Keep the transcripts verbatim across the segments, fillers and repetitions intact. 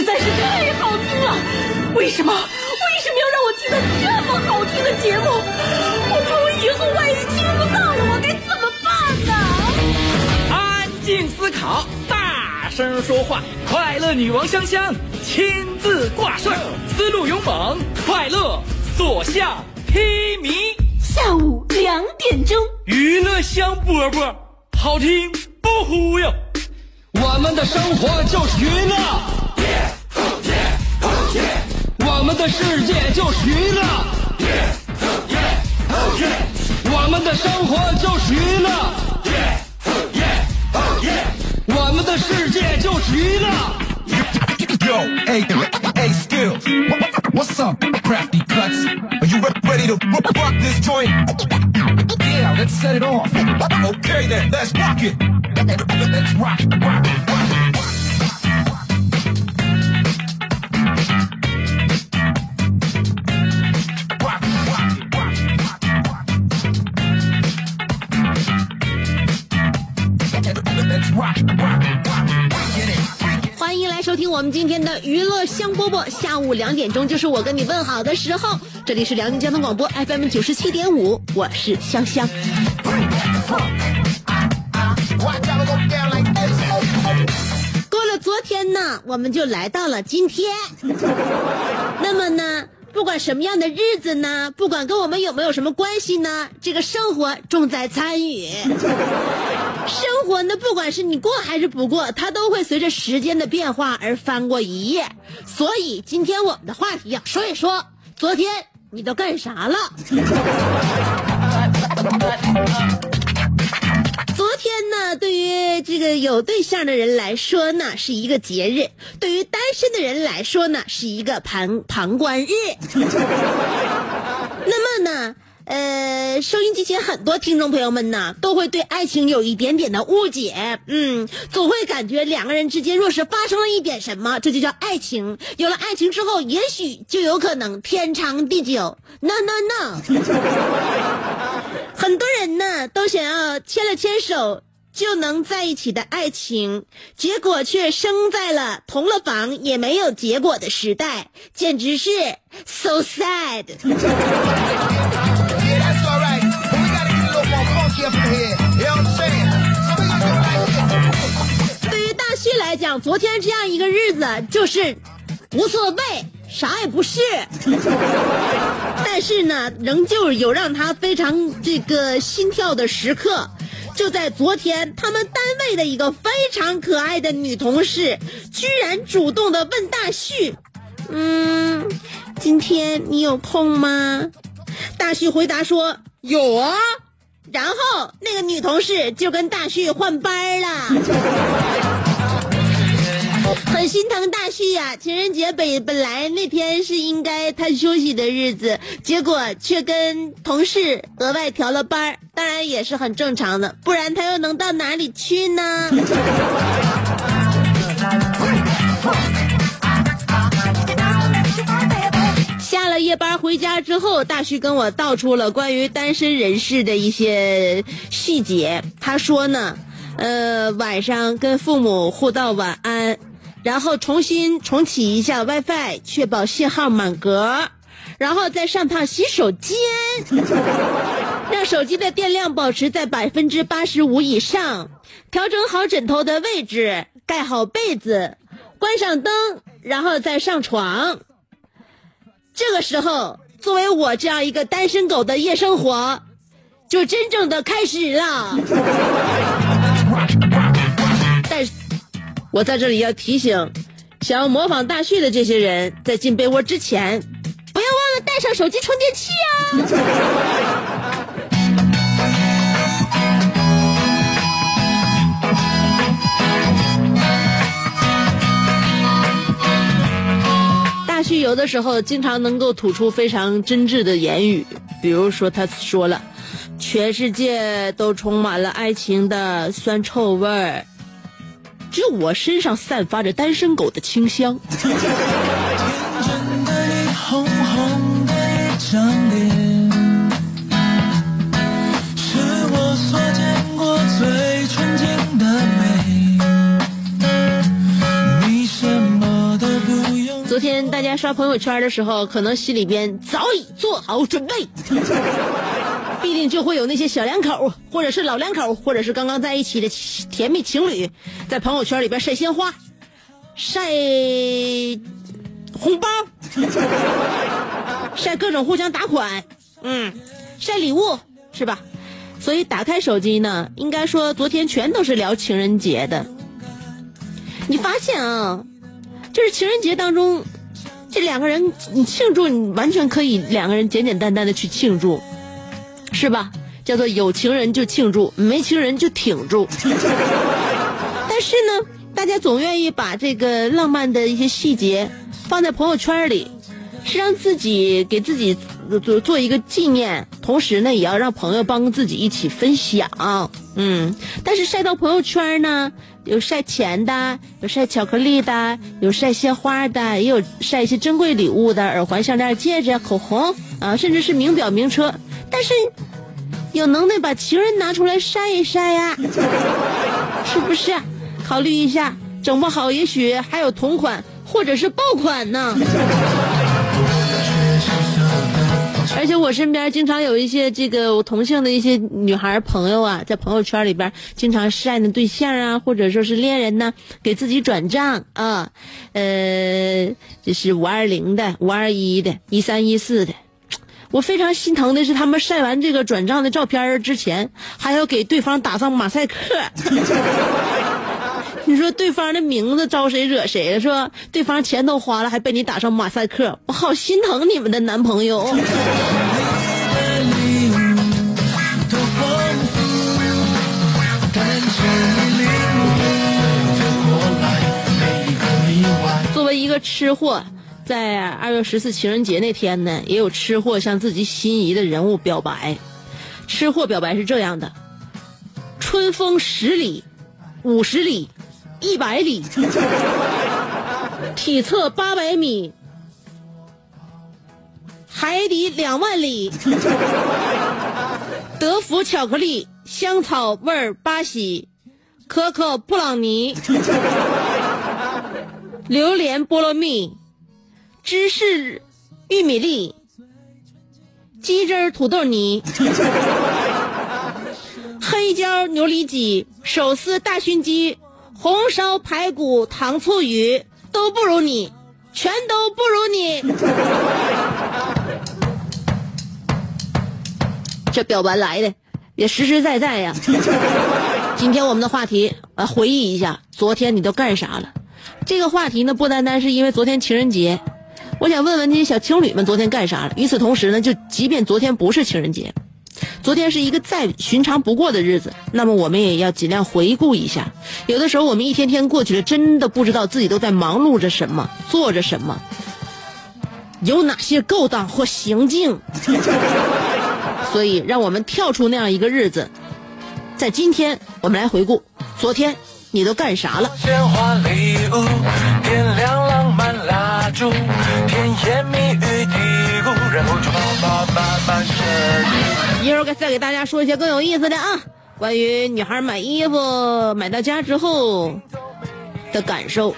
实在是太好听了。为什么为什么要让我听到这么好听的节目？我怕我以后万一听不到了，我该怎么办呢？ 安静思考，大声说话，快乐女王香香亲自挂帅，思路勇猛，快乐所向披靡。 下午两点钟， 娱乐香饽饽，好听不忽悠。 我们的生活就是娱乐， yeah, oh yeah, oh yeah. 我们的世界就是娱乐， yeah, oh yeah, oh yeah. 我们的生活就是娱乐， yeah, oh yeah, oh yeah. 我们的世界就是娱乐。 Yo, hey, hey, skills. What's up, crafty cuts? Are you ready to rock this joint? Yeah, let's set it off. Okay then, let's rock it. Let's rock, rock, rock. 欢迎来收听我们今天的娱乐香饽饽，下午两点钟就是我跟你问好的时候。这里是辽宁交通广播 F M 九十七点五，我是香香。过了昨天呢，我们就来到了今天。那么呢，不管什么样的日子呢，不管跟我们有没有什么关系呢，这个生活重在参与。生活呢，不管是你过还是不过，它都会随着时间的变化而翻过一页。所以今天我们的话题要说一说，昨天你都干啥了？昨天呢，对于这个有对象的人来说呢，是一个节日；对于单身的人来说呢，是一个旁旁观日。那么呢，呃，收音机前很多听众朋友们呢，都会对爱情有一点点的误解，嗯，总会感觉两个人之间若是发生了一点什么，这就叫爱情。有了爱情之后，也许就有可能天长地久。No no no， 很多人呢都想要牵了牵手就能在一起的爱情，结果却生在了同了房也没有结果的时代，简直是 so sad。对于大旭来讲，昨天这样一个日子就是无所谓，啥也不是。但是呢，仍旧有让他非常这个心跳的时刻。就在昨天，他们单位的一个非常可爱的女同事，居然主动的问大旭：“嗯，今天你有空吗？”大旭回答说：“有啊。”然后那个女同事就跟大旭换班了。很心疼大旭呀、啊，情人节本本来那天是应该他休息的日子，结果却跟同事额外调了班，当然也是很正常的，不然他又能到哪里去呢？下了夜班回家之后，大旭跟我道出了关于单身人士的一些细节。他说呢，呃，晚上跟父母互道晚安，然后重新重启一下 WiFi， 确保信号满格，然后再上趟洗手间，让手机的电量保持在百分之八十五以上，调整好枕头的位置，盖好被子，关上灯，然后再上床。这个时候，作为我这样一个单身狗的夜生活，就真正的开始了。但是，我在这里要提醒，想要模仿大旭的这些人，在进被窝之前，不要忘了带上手机充电器啊！大旭有的时候经常能够吐出非常真挚的言语，比如说他说了，全世界都充满了爱情的酸臭味儿，只有我身上散发着单身狗的清香。 红红的一张脸，是我所见过最纯净的美，你什么都不天刷朋友圈的时候，可能心里边早已做好准备，必定就会有那些小两口，或者是老两口，或者是刚刚在一起的甜蜜情侣，在朋友圈里边晒鲜花、晒红包、晒各种互相打款，嗯，晒礼物，是吧？所以打开手机呢，应该说昨天全都是聊情人节的。你发现啊，就是情人节当中，这两个人你庆祝，你完全可以两个人简简单单的去庆祝，是吧？叫做有情人就庆祝，没情人就挺住。但是呢，大家总愿意把这个浪漫的一些细节放在朋友圈里，是让自己给自己做做一个纪念，同时呢也要让朋友帮自己一起分享。嗯，但是晒到朋友圈呢，有晒钱的，有晒巧克力的，有晒鲜花的，也有晒一些珍贵礼物的，耳环、项链、戒指、口红啊，甚至是名表、名车。但是有能耐把情人拿出来晒一晒呀，是不是？考虑一下，整不好也许还有同款或者是爆款呢。而且我身边经常有一些这个我同性的一些女孩朋友啊，在朋友圈里边经常晒的对象啊，或者说是恋人呢，给自己转账啊，呃，这是五二零的、五二一的、一三一四的。我非常心疼的是，他们晒完这个转账的照片之前，还要给对方打上马赛克。你说对方的名字招谁惹谁了？说对方钱都花了，还被你打上马赛克，我好心疼你们的男朋友。作为一个吃货，在二月十四情人节那天呢，也有吃货向自己心仪的人物表白。吃货表白是这样的：春风十里，五十里，一百里，体测八百米，海底两万里，德芙巧克力，香草味儿巴西，可可布朗尼，榴莲菠萝蜜，芝士玉米粒，鸡汁土豆泥，黑椒牛里脊，手撕大熏鸡，红烧排骨，糖醋鱼，都不如你，全都不如你。这表白来的也实实在在呀。今天我们的话题啊，回忆一下昨天你都干啥了。这个话题呢，不单单是因为昨天情人节，我想问问这些小情侣们昨天干啥了。与此同时呢，就即便昨天不是情人节，昨天是一个再寻常不过的日子，那么我们也要尽量回顾一下。有的时候我们一天天过去了，真的不知道自己都在忙碌着什么，做着什么，有哪些勾当或行径。所以让我们跳出那样一个日子，在今天我们来回顾昨天你都干啥了。鲜花礼物，点亮浪漫蜡烛，甜言蜜语嘀咕，然后就把把把把生日。一会儿再给大家说一些更有意思的啊，关于女孩买衣服买到家之后的感受。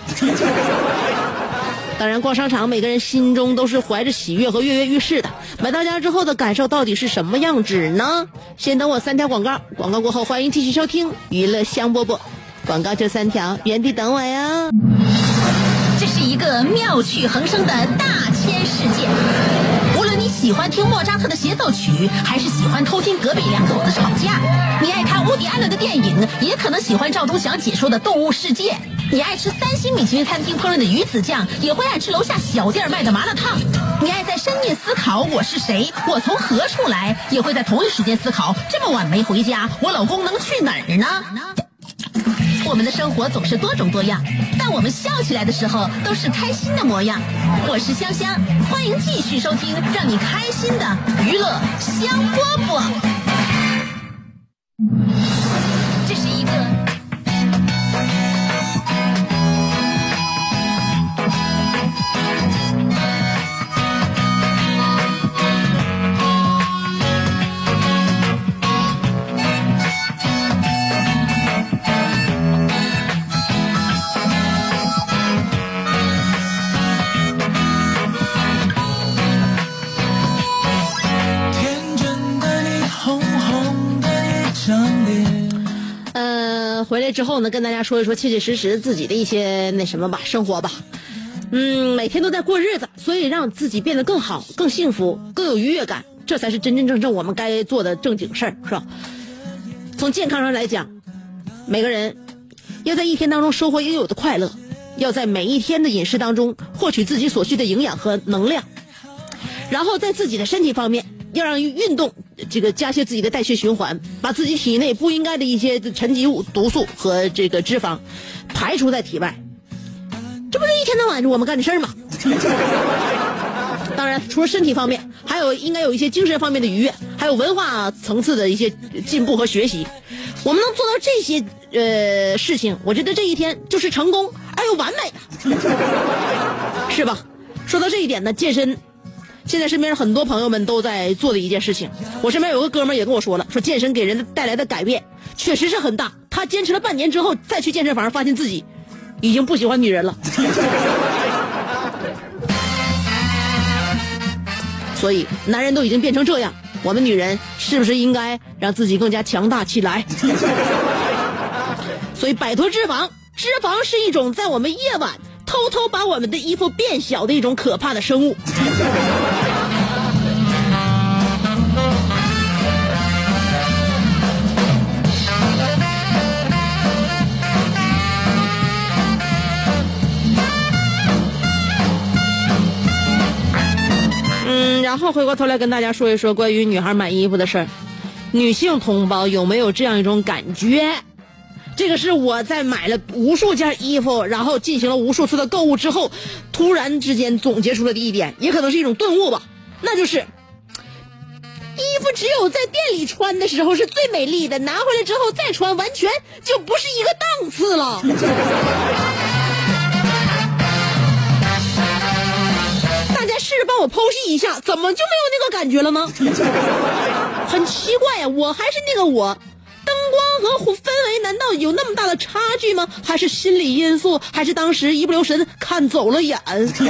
当然逛商场每个人心中都是怀着喜悦和跃跃欲试的，买到家之后的感受到底是什么样子呢？先等我三条广告，广告过后欢迎继续收听娱乐香饽饽。广告就三条，原地等我呀。 这是一个妙趣横生的大千世界，无论你喜欢听莫扎特的协奏曲，还是喜欢偷听隔壁两口子吵架，你爱看伍迪·艾伦的电影，也可能喜欢赵忠祥解说的动物世界，你爱吃三星米其林餐厅烹饪的鱼子酱，也会爱吃楼下小店卖的麻辣烫，你爱在深夜思考我是谁，我从何处来，也会在同一时间思考这么晚没回家，我老公能去哪儿呢？我们的生活总是多种多样，但我们笑起来的时候都是开心的模样。我是香香，欢迎继续收听让你开心的娱乐香饽饽。这是一个强烈。 呃，回来之后呢，跟大家说一说切切实实自己的一些那什么吧，生活吧。嗯，每天都在过日子，所以让自己变得更好、更幸福、更有愉悦感，这才是真真正正我们该做的正经事儿，是吧？从健康上来讲，每个人要在一天当中收获应有的快乐，要在每一天的饮食当中获取自己所需的营养和能量，然后在自己的身体方面要让运动这个加些自己的代谢循环，把自己体内不应该的一些沉积物、毒素和这个脂肪排除在体外。这不是一天到晚我们干的事儿吗？当然除了身体方面，还有应该有一些精神方面的愉悦，还有文化层次的一些进步和学习。我们能做到这些呃事情，我觉得这一天就是成功而又完美的，是吧？说到这一点呢，健身现在身边很多朋友们都在做的一件事情。我身边有个哥们儿也跟我说了，说健身给人带来的改变确实是很大。他坚持了半年之后再去健身房，发现自己已经不喜欢女人了。所以男人都已经变成这样，我们女人是不是应该让自己更加强大起来？所以摆脱脂肪，脂肪是一种在我们夜晚偷偷把我们的衣服变小的一种可怕的生物。嗯，然后回过头来跟大家说一说关于女孩买衣服的事儿。女性同胞有没有这样一种感觉？这个是我在买了无数件衣服，然后进行了无数次的购物之后，突然之间总结出来的一点，也可能是一种顿悟吧。那就是，衣服只有在店里穿的时候是最美丽的，拿回来之后再穿，完全就不是一个档次了。大家试着帮我剖析一下，怎么就没有那个感觉了呢？很奇怪呀，我还是那个我。灯光和氛围难道有那么大的差距吗？还是心理因素？还是当时一不留神看走了眼？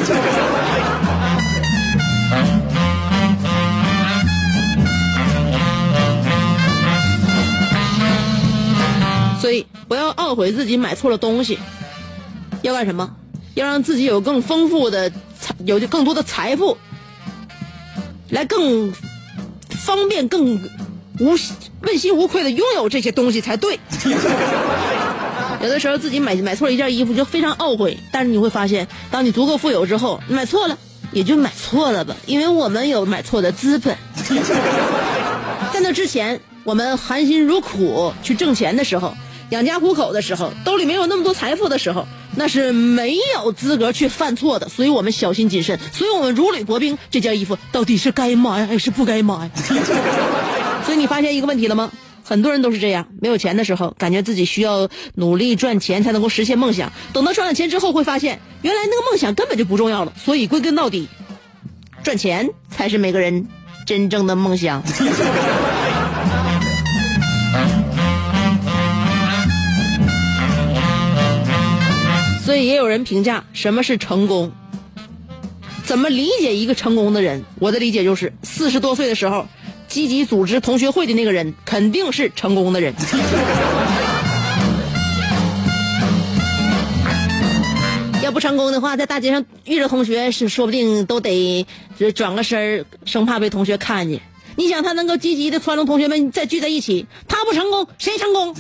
所以不要懊悔自己买错了东西，要干什么？要让自己有更丰富的有更多的财富，来更方便更无问心无愧的拥有这些东西才对。有的时候自己买买错了一件衣服就非常懊悔，但是你会发现当你足够富有之后，你买错了也就买错了吧，因为我们有买错的资本。在那之前我们含辛茹苦去挣钱的时候，养家糊口的时候，兜里没有那么多财富的时候，那是没有资格去犯错的，所以我们小心谨慎，所以我们如履薄冰，这件衣服到底是该买还是不该买？所以你发现一个问题了吗？很多人都是这样，没有钱的时候感觉自己需要努力赚钱才能够实现梦想，等到赚了钱之后会发现原来那个梦想根本就不重要了，所以归根到底赚钱才是每个人真正的梦想。所以也有人评价什么是成功，怎么理解一个成功的人？我的理解就是四十多岁的时候积极组织同学会的那个人肯定是成功的人。要不成功的话，在大街上遇着同学是说不定都得转个身，生怕被同学看见。你想他能够积极的撺掇同学们再聚在一起，他不成功谁成功？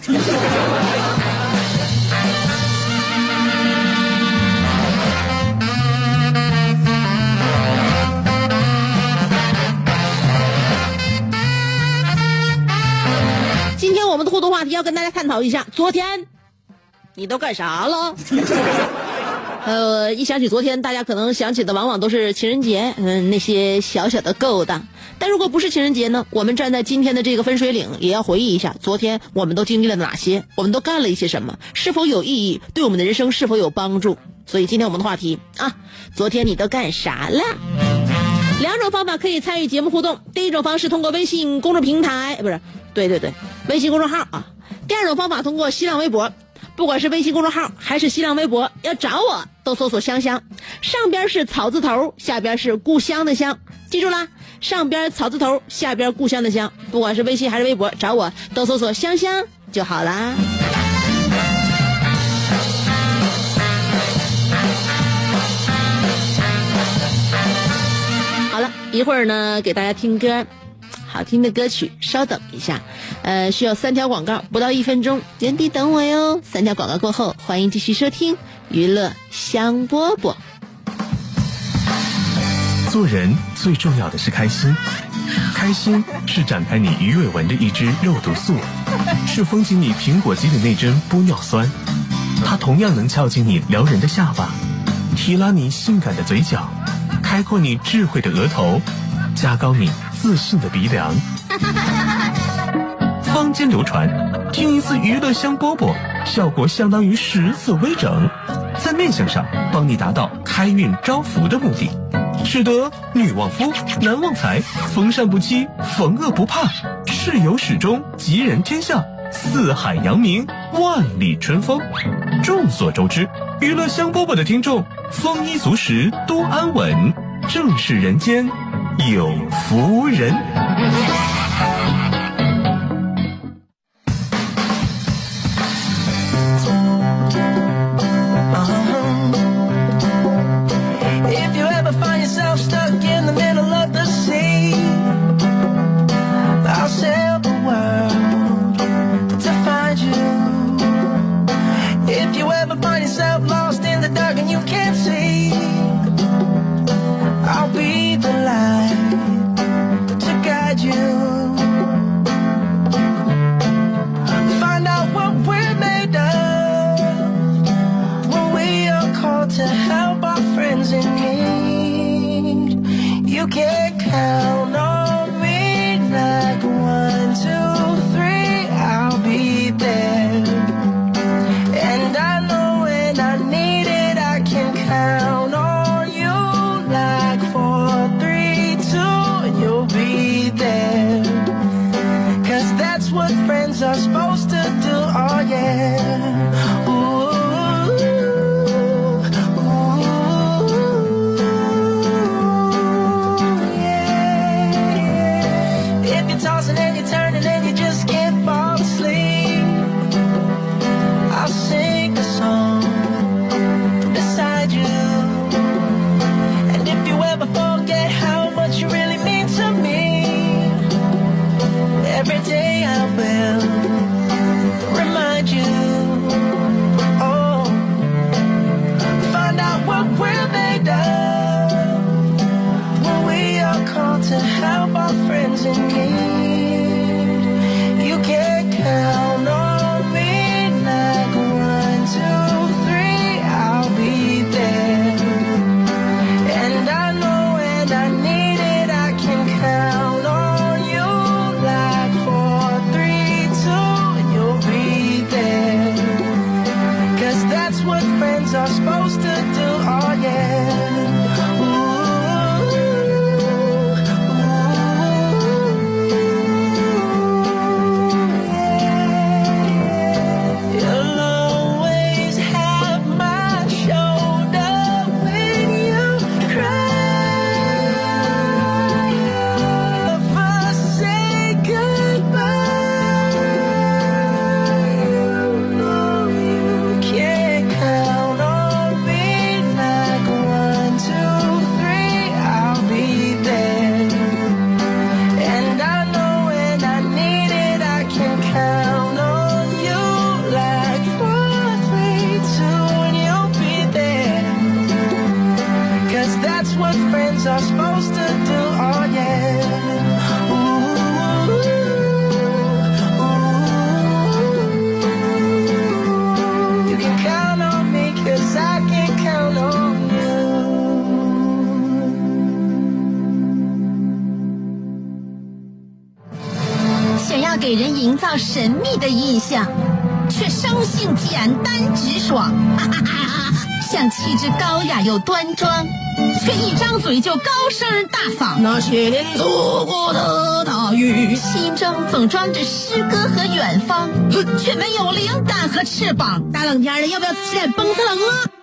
今天我们的互动话题要跟大家探讨一下，昨天你都干啥了？呃，一想起昨天，大家可能想起的往往都是情人节，嗯，那些小小的勾当。但如果不是情人节呢？我们站在今天的这个分水岭，也要回忆一下昨天我们都经历了哪些，我们都干了一些什么，是否有意义，对我们的人生是否有帮助。所以今天我们的话题啊，昨天你都干啥了？两种方法可以参与节目互动。第一种方式通过微信公众平台，不是，对对对，微信公众号啊。第二种方法通过新浪微博，不管是微信公众号还是新浪微博，要找我都搜索香香，上边是草字头，下边是故乡的乡，记住啦， 上边草字头，下边故乡的乡。不管是微信还是微博，找我都搜索香香就好啦。好了，一会儿呢给大家听歌，好听的歌曲，稍等一下，呃，需要三条广告，不到一分钟，原地等我哟。三条广告过后，欢迎继续收听娱乐香饽饽。 做人最重要的是开心，开心是展开你鱼尾纹的一支肉毒素，是封紧你苹果肌的那针玻尿酸，它同样能翘起你撩人的下巴，提拉你性感的嘴角，开阔你智慧的额头，加高你自信的鼻梁。坊间流传，听一次娱乐香饽饽，效果相当于十次微整，在面相上帮你达到开运招福的目的，使得女旺夫，男旺财，逢善不欺，逢恶不怕，事有始终，吉人天下，四海扬名，万里春风。众所周知，娱乐香饽饽的听众丰衣足食，多安稳，正是人间有福人。 给人营造神秘的印象，却生性简单直爽，哈哈哈哈，像气质高雅又端庄，却一张嘴就高声大嗓。 那些年走过的大雨， 心中总装着诗歌和远方，却没有灵感和翅膀。 大冷天的，要不要吃点蹦特冷啊？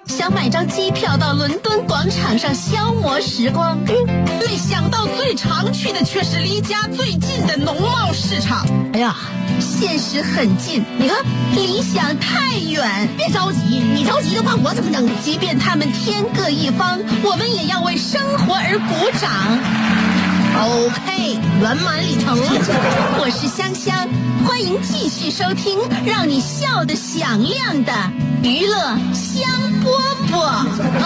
想买张机票到伦敦广场上消磨时光，没想到最常去的却是离家最近的农贸市场。哎呀，现实很近，你看理想太远。别着急，你着急的话我怎么整？即便他们天各一方，我们也要为生活而鼓掌。OK， 圆满礼成了。我是香香，欢迎继续收听让你笑得响亮的娱乐香饽饽。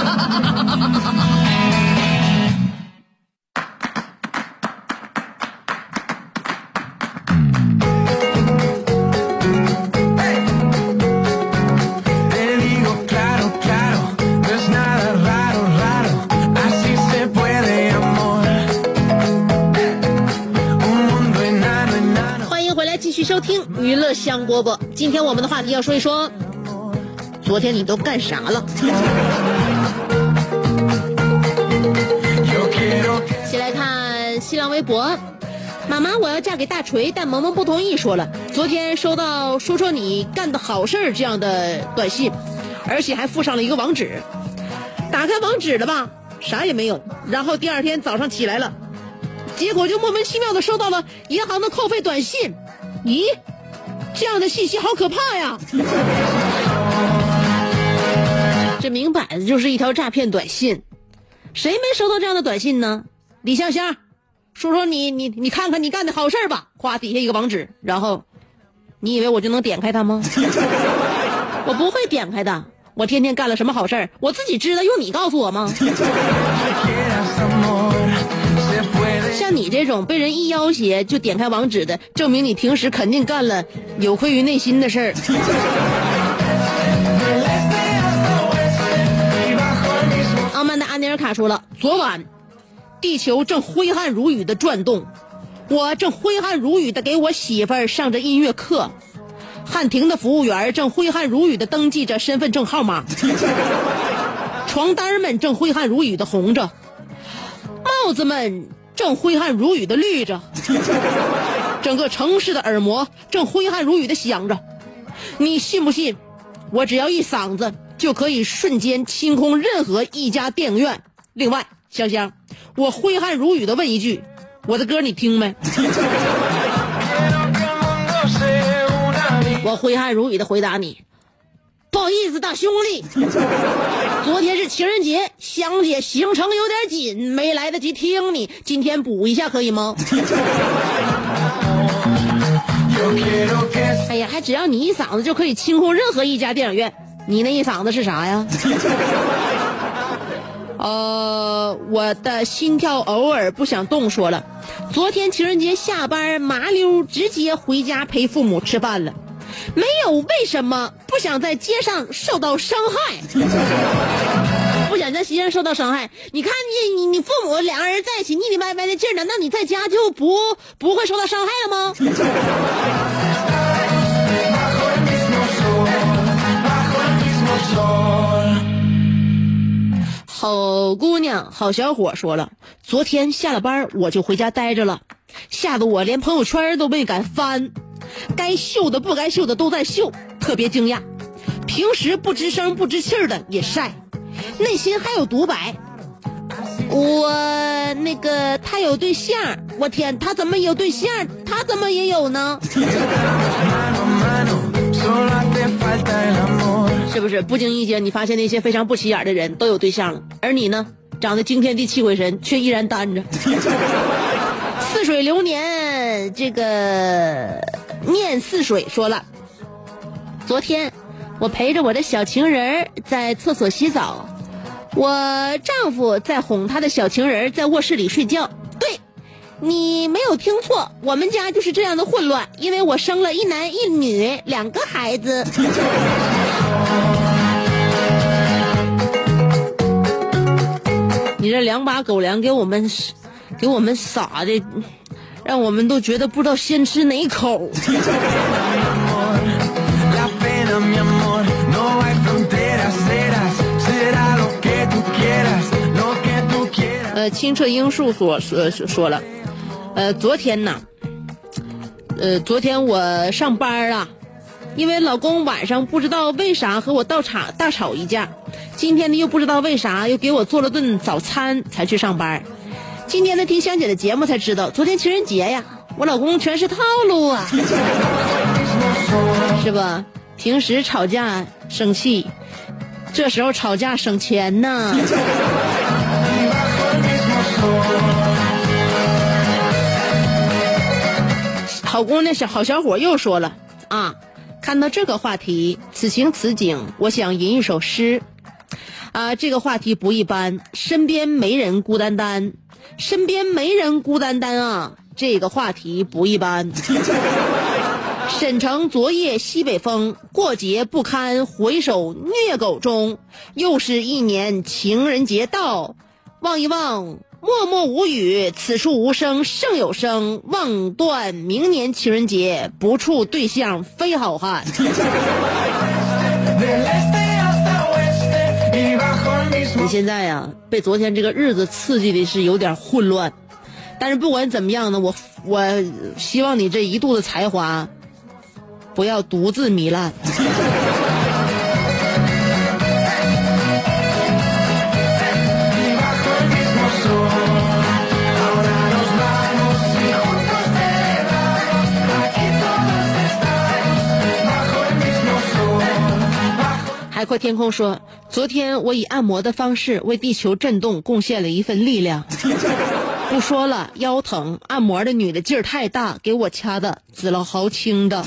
收听娱乐香饽饽，今天我们的话题要说一说昨天你都干啥了。先来看新浪微博，妈妈我要嫁给大锤，但萌萌不同意，说了昨天收到说说你干的好事这样的短信，而且还附上了一个网址，打开网址了吧，啥也没有，然后第二天早上起来了，结果就莫名其妙的收到了银行的扣费短信。咦，这样的信息好可怕呀！这明摆着就是一条诈骗短信，谁没收到这样的短信呢？李香香，说说你你你看看你干的好事吧，夸底下一个网址，然后你以为我就能点开它吗？我不会点开的，我天天干了什么好事，我自己知道，用你告诉我吗？像你这种被人一要挟就点开网址的，证明你平时肯定干了有愧于内心的事儿。傲慢的安尼尔卡说了，昨晚地球正挥汗如雨的转动，我正挥汗如雨的给我媳妇儿上着音乐课，汉庭的服务员正挥汗如雨的登记着身份证号码，床单们正挥汗如雨的红着，帽子们正挥汗如雨的绿着，整个城市的耳膜正挥汗如雨的响着。你信不信我只要一嗓子就可以瞬间清空任何一家电影院？另外香香，我挥汗如雨的问一句，我的歌你听没？我挥汗如雨的回答你，不好意思大兄弟，昨天是情人节，香姐行程有点紧，没来得及听你，今天补一下可以吗？哎呀，还只要你一嗓子就可以清空任何一家电影院，你那一嗓子是啥呀？呃，我的心跳偶尔不想动说了，昨天情人节下班麻溜直接回家陪父母吃饭了，没有为什么，不想在街上受到伤害，不想在街上受到伤害。你看你你你父母两个人在一起腻腻歪歪的劲儿，难道你在家就不不会受到伤害了吗？好姑娘好小伙说了，昨天下了班我就回家待着了，吓得我连朋友圈都没敢翻，该秀的不该秀的都在秀，特别惊讶，平时不吱声不吱气的也晒，内心还有独白，我那个他有对象，我天，他怎么有对象，他怎么也有呢？是不是不经意间你发现那些非常不起眼的人都有对象了，而你呢，长得惊天地泣鬼神却依然单着。似水流年，这个念似水说了，昨天我陪着我的小情人在厕所洗澡，我丈夫在哄他的小情人在卧室里睡觉。对，你没有听错，我们家就是这样的混乱，因为我生了一男一女两个孩子。你这两把狗粮给我们给我们撒的，让我们都觉得不知道先吃哪口。呃，清澈樱树所说说了，呃，昨天呢，呃，昨天我上班啊， 因为老公晚上不知道为啥和我大吵大吵一架，今天呢又不知道为啥又给我做了顿早餐才去上班。今天呢听香姐的节目才知道，昨天情人节呀，我老公全是套路啊，是吧？平时吵架生气，这时候吵架省钱呢。好姑娘小好小伙又说了啊，看到这个话题，此情此景，我想吟一首诗啊。这个话题不一般，身边没人孤单单，身边没人孤单单啊，这个话题不一般。沈城昨夜西北风，过节不堪回首虐狗中，又是一年情人节到，望一望默默无语，此处无声胜有声，望断明年情人节，不处对象非好汉。你现在呀、啊，被昨天这个日子刺激的是有点混乱，但是不管怎么样呢，我我希望你这一肚子才华不要独自糜烂。海阔天空说，昨天我以按摩的方式为地球震动贡献了一份力量。不说了，腰疼，按摩的女的劲儿太大，给我掐的紫了豪青的。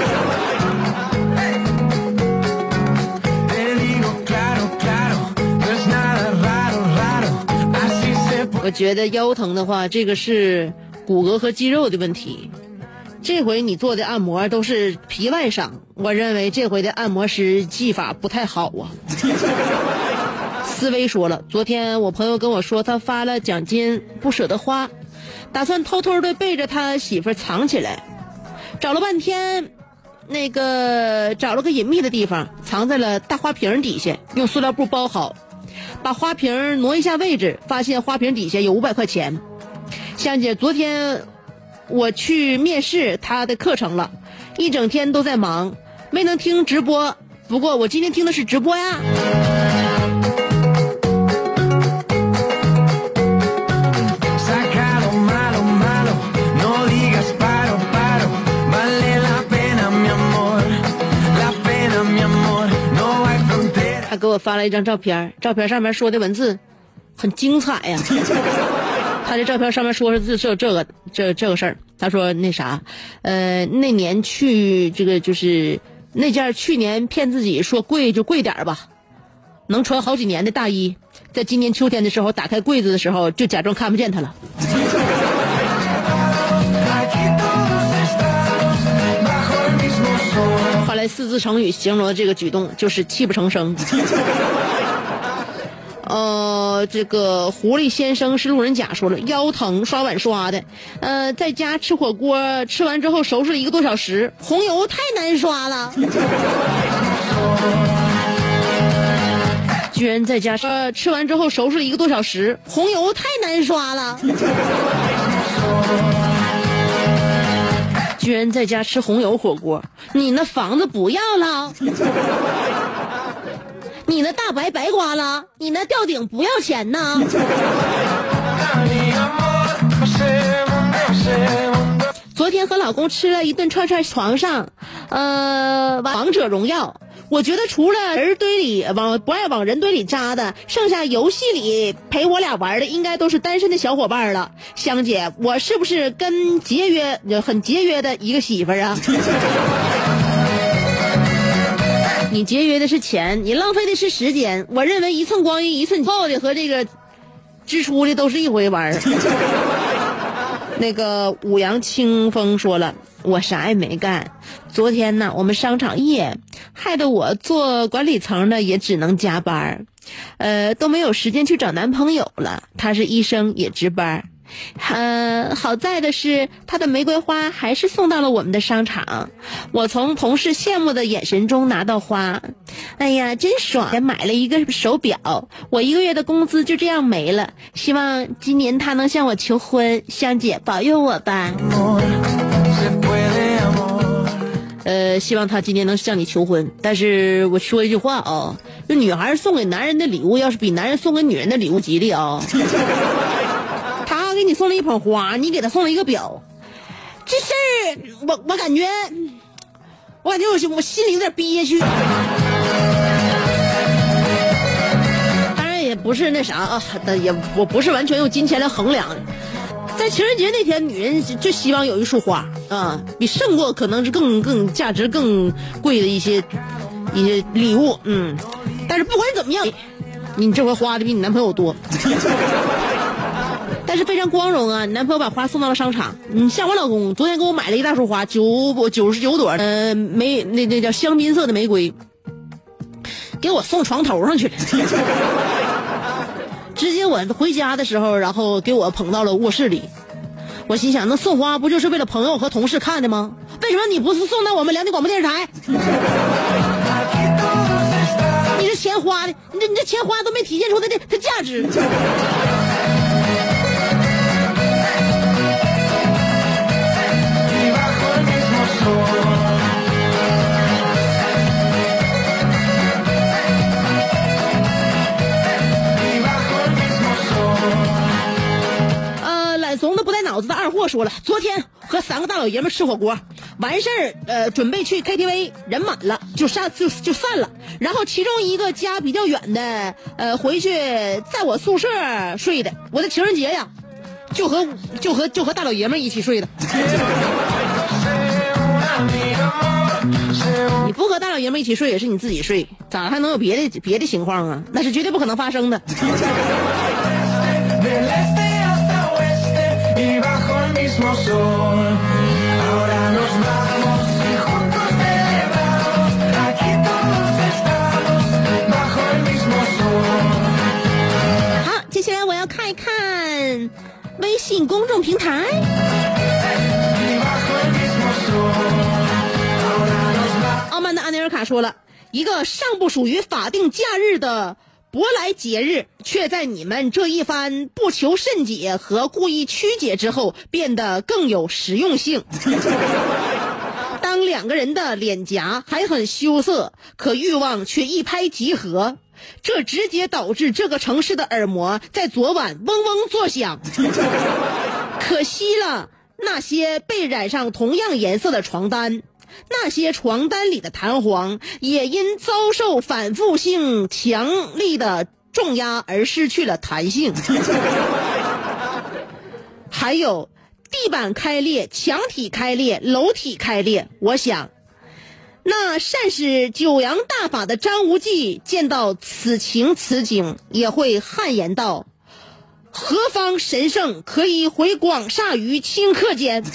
我觉得腰疼的话，这个是骨骼和肌肉的问题。这回你做的按摩都是皮外伤，我认为这回的按摩师技法不太好啊。思维说了，昨天我朋友跟我说他发了奖金不舍得花，打算偷偷的背着他媳妇藏起来，找了半天那个找了个隐秘的地方，藏在了大花瓶底下，用塑料布包好，把花瓶挪一下位置，发现花瓶底下有五百块钱。香姐，昨天我去面试他的课程了，一整天都在忙，没能听直播，不过我今天听的是直播呀。他给我发了一张照片，照片上面说的文字很精彩呀。他这照片上面说是这这个这这个事儿，他说那啥，呃，那年去这个就是那件去年骗自己说贵就贵点吧，能穿好几年的大衣，在今年秋天的时候打开柜子的时候就假装看不见它了。后来四字成语形容这个举动就是泣不成声。呃，这个狐狸先生是路人甲说了，腰疼刷碗刷的，呃，在家吃火锅，吃完之后收拾了一个多小时，红油太难刷了。居然在家呃吃完之后收拾了一个多小时，红油太难刷了。居然在家吃红油火锅，你那房子不要了。你那大白白刮了，你那吊顶不要钱呢。昨天和老公吃了一顿串串，床上呃王者荣耀，我觉得除了人堆里往不爱往人堆里扎的，剩下游戏里陪我俩玩的应该都是单身的小伙伴了。香姐，我是不是跟节约很节约的一个媳妇儿啊？你节约的是钱，你浪费的是时间。我认为一寸光阴一寸泡的和这个支出的都是一回玩儿。那个五羊清风说了，我啥也没干，昨天呢我们商场夜，害得我做管理层的也只能加班，呃都没有时间去找男朋友了。他是医生也值班。呃，好在的是他的玫瑰花还是送到了我们的商场，我从同事羡慕的眼神中拿到花，哎呀真爽，还买了一个手表，我一个月的工资就这样没了，希望今年他能向我求婚，香姐保佑我吧。 呃，希望他今年能向你求婚。但是我说一句话啊，就女孩送给男人的礼物，要是比男人送给女人的礼物吉利啊。他给你送了一捧花，你给他送了一个表，这事儿我我感觉，我感觉我我心里有点憋屈。当然也不是那啥啊，也我不是完全用金钱来衡量的。在情人节那天，女人就希望有一束花啊，比胜过可能是更更价值更贵的一些一些礼物，嗯。但是不管怎么样，你这回花的比你男朋友多。但是非常光荣啊！你男朋友把花送到了商场。嗯，像我老公昨天给我买了一大束花，九九十九朵，呃，玫那那叫香槟色的玫瑰，给我送床头上去了。直接我回家的时候，然后给我捧到了卧室里。我心想，那送花不就是为了朋友和同事看的吗？为什么你不是送到我们辽宁广播电视台？你这钱花的，你这你这钱花都没体现出它的它价值。怂的不带脑子的二货说了，昨天和三个大老爷们吃火锅，完事儿呃准备去 K T V， 人满了就散就就散了。然后其中一个家比较远的呃回去在我宿舍睡的。我的情人节呀，就和就和就和大老爷们一起睡的。你不和大老爷们一起睡也是你自己睡，咋还能有别的别的情况啊？那是绝对不可能发生的。好，接下来我要看一看微信公众平台。傲慢的安内尔卡说了，一个尚不属于法定假日的舶来节日，却在你们这一番不求甚解和故意曲解之后，变得更有实用性。当两个人的脸颊还很羞涩，可欲望却一拍即合，这直接导致这个城市的耳膜在昨晚嗡嗡作响。可惜了那些被染上同样颜色的床单，那些床单里的弹簧也因遭受反复性强力的重压而失去了弹性。还有地板开裂、墙体开裂、楼体开裂，我想那善使九阳大法的张无忌见到此情此景也会汗颜道，何方神圣可以回广厦于顷刻间。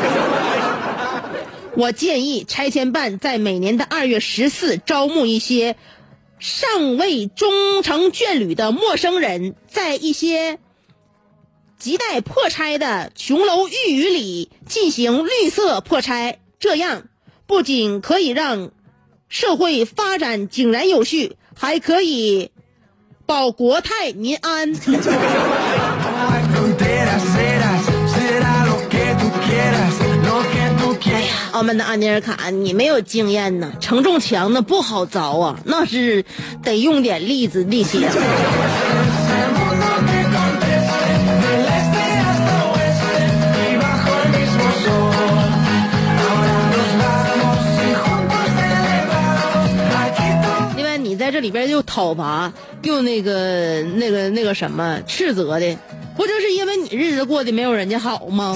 我建议拆迁办在每年的二月十四招募一些尚未终成眷侣的陌生人，在一些亟待破拆的琼楼玉宇里进行绿色破拆，这样不仅可以让社会发展井然有序，还可以保国泰民安。哎呀，澳门的安尼尔卡，你没有经验呢，承重墙那不好凿啊，那是得用点力子力气啊。另外，你在这里边又讨伐，又那个那个那个什么斥责的，不就是因为你日子过得没有人家好吗？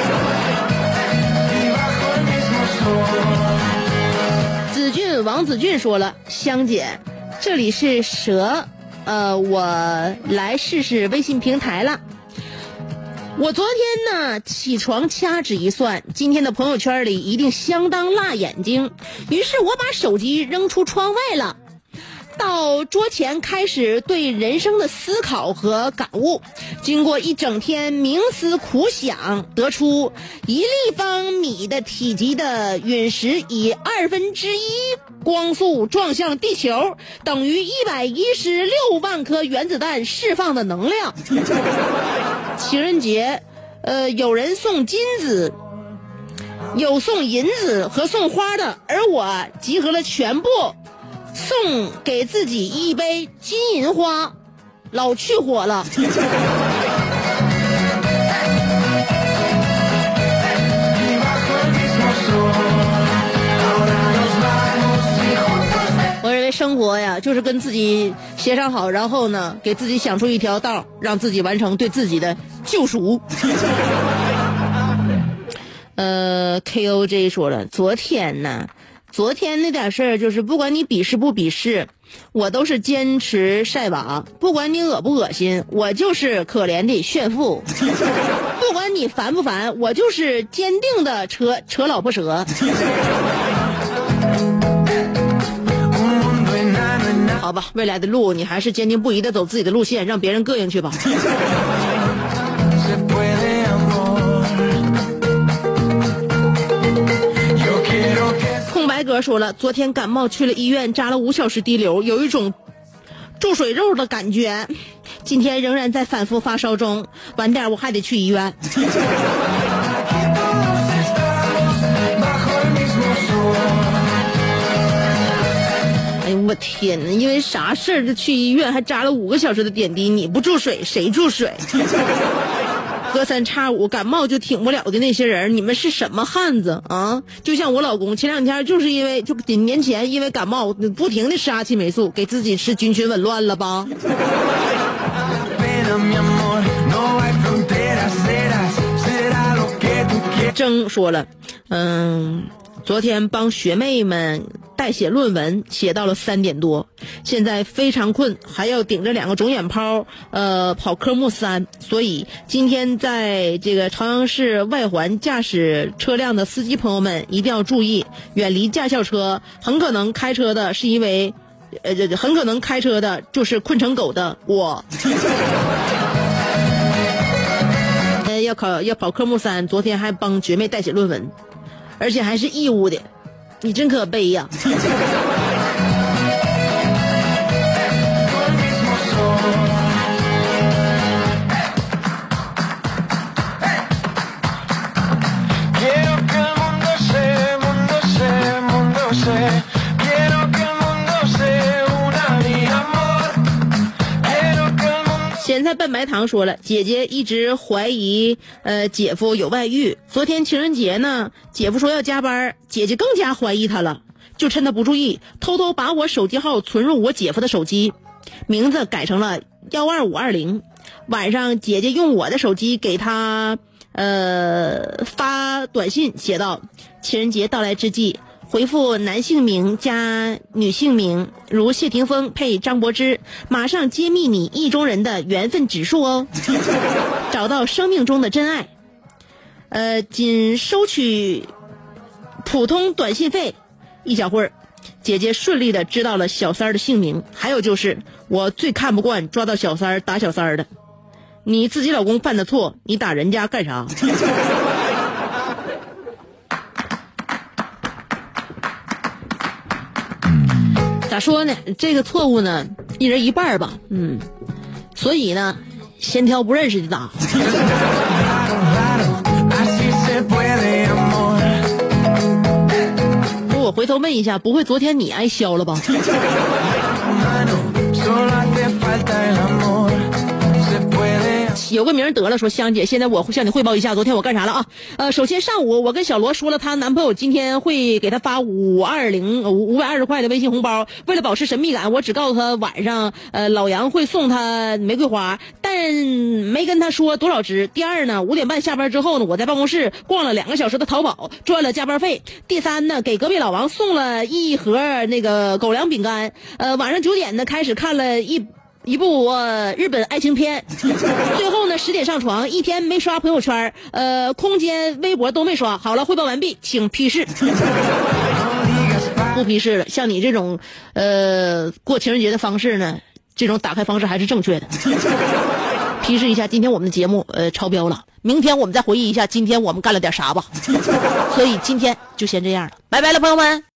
子俊王子俊说了，香姐，这里是蛇，呃，我来试试微信平台了。我昨天呢起床掐指一算，今天的朋友圈里一定相当辣眼睛，于是我把手机扔出窗外了，到桌前开始对人生的思考和感悟。经过一整天冥思苦想，得出一立方米的体积的陨石以二分之一光速撞向地球，等于一百一十六万颗原子弹释放的能量。情人节，呃，有人送金子， 有送银子和送花的，而我集合了全部，送给自己一杯金银花，老去火了。我认为生活呀，就是跟自己协商好，然后呢，给自己想出一条道，让自己完成对自己的救赎。呃 ，K O J 说了，昨天呢，昨天那点事儿，就是不管你鄙视不鄙视，我都是坚持晒娃；不管你恶不恶心，我就是可怜的炫富；不管你烦不烦，我就是坚定的扯扯老婆舌。好吧，未来的路你还是坚定不移的走自己的路线，让别人膈应去吧。空白哥说了，昨天感冒去了医院，扎了五小时滴流，有一种注水肉的感觉。今天仍然在反复发烧中，晚点我还得去医院。哎呦我天哪！因为啥事儿就去医院，还扎了五个小时的点滴，你不注水谁注水？隔三差五感冒就挺不了的那些人，你们是什么汉子啊？就像我老公前两天就是因为就年前因为感冒不停的吃阿奇霉素，给自己吃菌群紊乱了吧？郑说了，嗯，昨天帮学妹们代写论文，写到了三点多，现在非常困，还要顶着两个肿眼泡，呃，跑科目三，所以今天在这个朝阳市外环驾驶车辆的司机朋友们一定要注意，远离驾校车，很可能开车的是因为，呃，很可能开车的就是困成狗的我。呃，要考要跑科目三，昨天还帮学妹代写论文，而且还是义务的。你真可悲呀！咸菜拌白糖说了，姐姐一直怀疑呃姐夫有外遇，昨天情人节呢，姐夫说要加班，姐姐更加怀疑他了，就趁他不注意，偷偷把我手机号存入我姐夫的手机，名字改成了一二五二零。晚上姐姐用我的手机给他呃发短信，写道：情人节到来之际，回复男性名加女性名，如谢霆锋配张柏芝，马上揭秘你意中人的缘分指数哦，找到生命中的真爱。呃，仅收取普通短信费。一小会儿，姐姐顺利的知道了小三儿的姓名。还有就是我最看不惯抓到小三儿打小三儿的，你自己老公犯的错，你打人家干啥？咋说呢？这个错误呢，一人一半吧。嗯，所以呢，先挑不认识的打。不，我回头问一下，不会昨天你挨削了吧？有个名得了，说香姐，现在我向你汇报一下昨天我干啥了啊？呃，首先上午我跟小罗说了，她男朋友今天会给她发五二零五五百二十块的微信红包。为了保持神秘感，我只告诉她晚上呃老杨会送她玫瑰花，但没跟她说多少支。第二呢，五点半下班之后呢，我在办公室逛了两个小时的淘宝，赚了加班费。第三呢，给隔壁老王送了一盒那个狗粮饼干。呃，晚上九点呢开始看了一。一部、呃、日本爱情片，最后呢十点上床，一天没刷朋友圈，呃，空间、微博都没刷。好了，汇报完毕，请批示。不批示了。像你这种呃过情人节的方式呢，这种打开方式还是正确的。批示一下，今天我们的节目呃超标了，明天我们再回忆一下今天我们干了点啥吧。所以今天就先这样了，拜拜了，朋友们。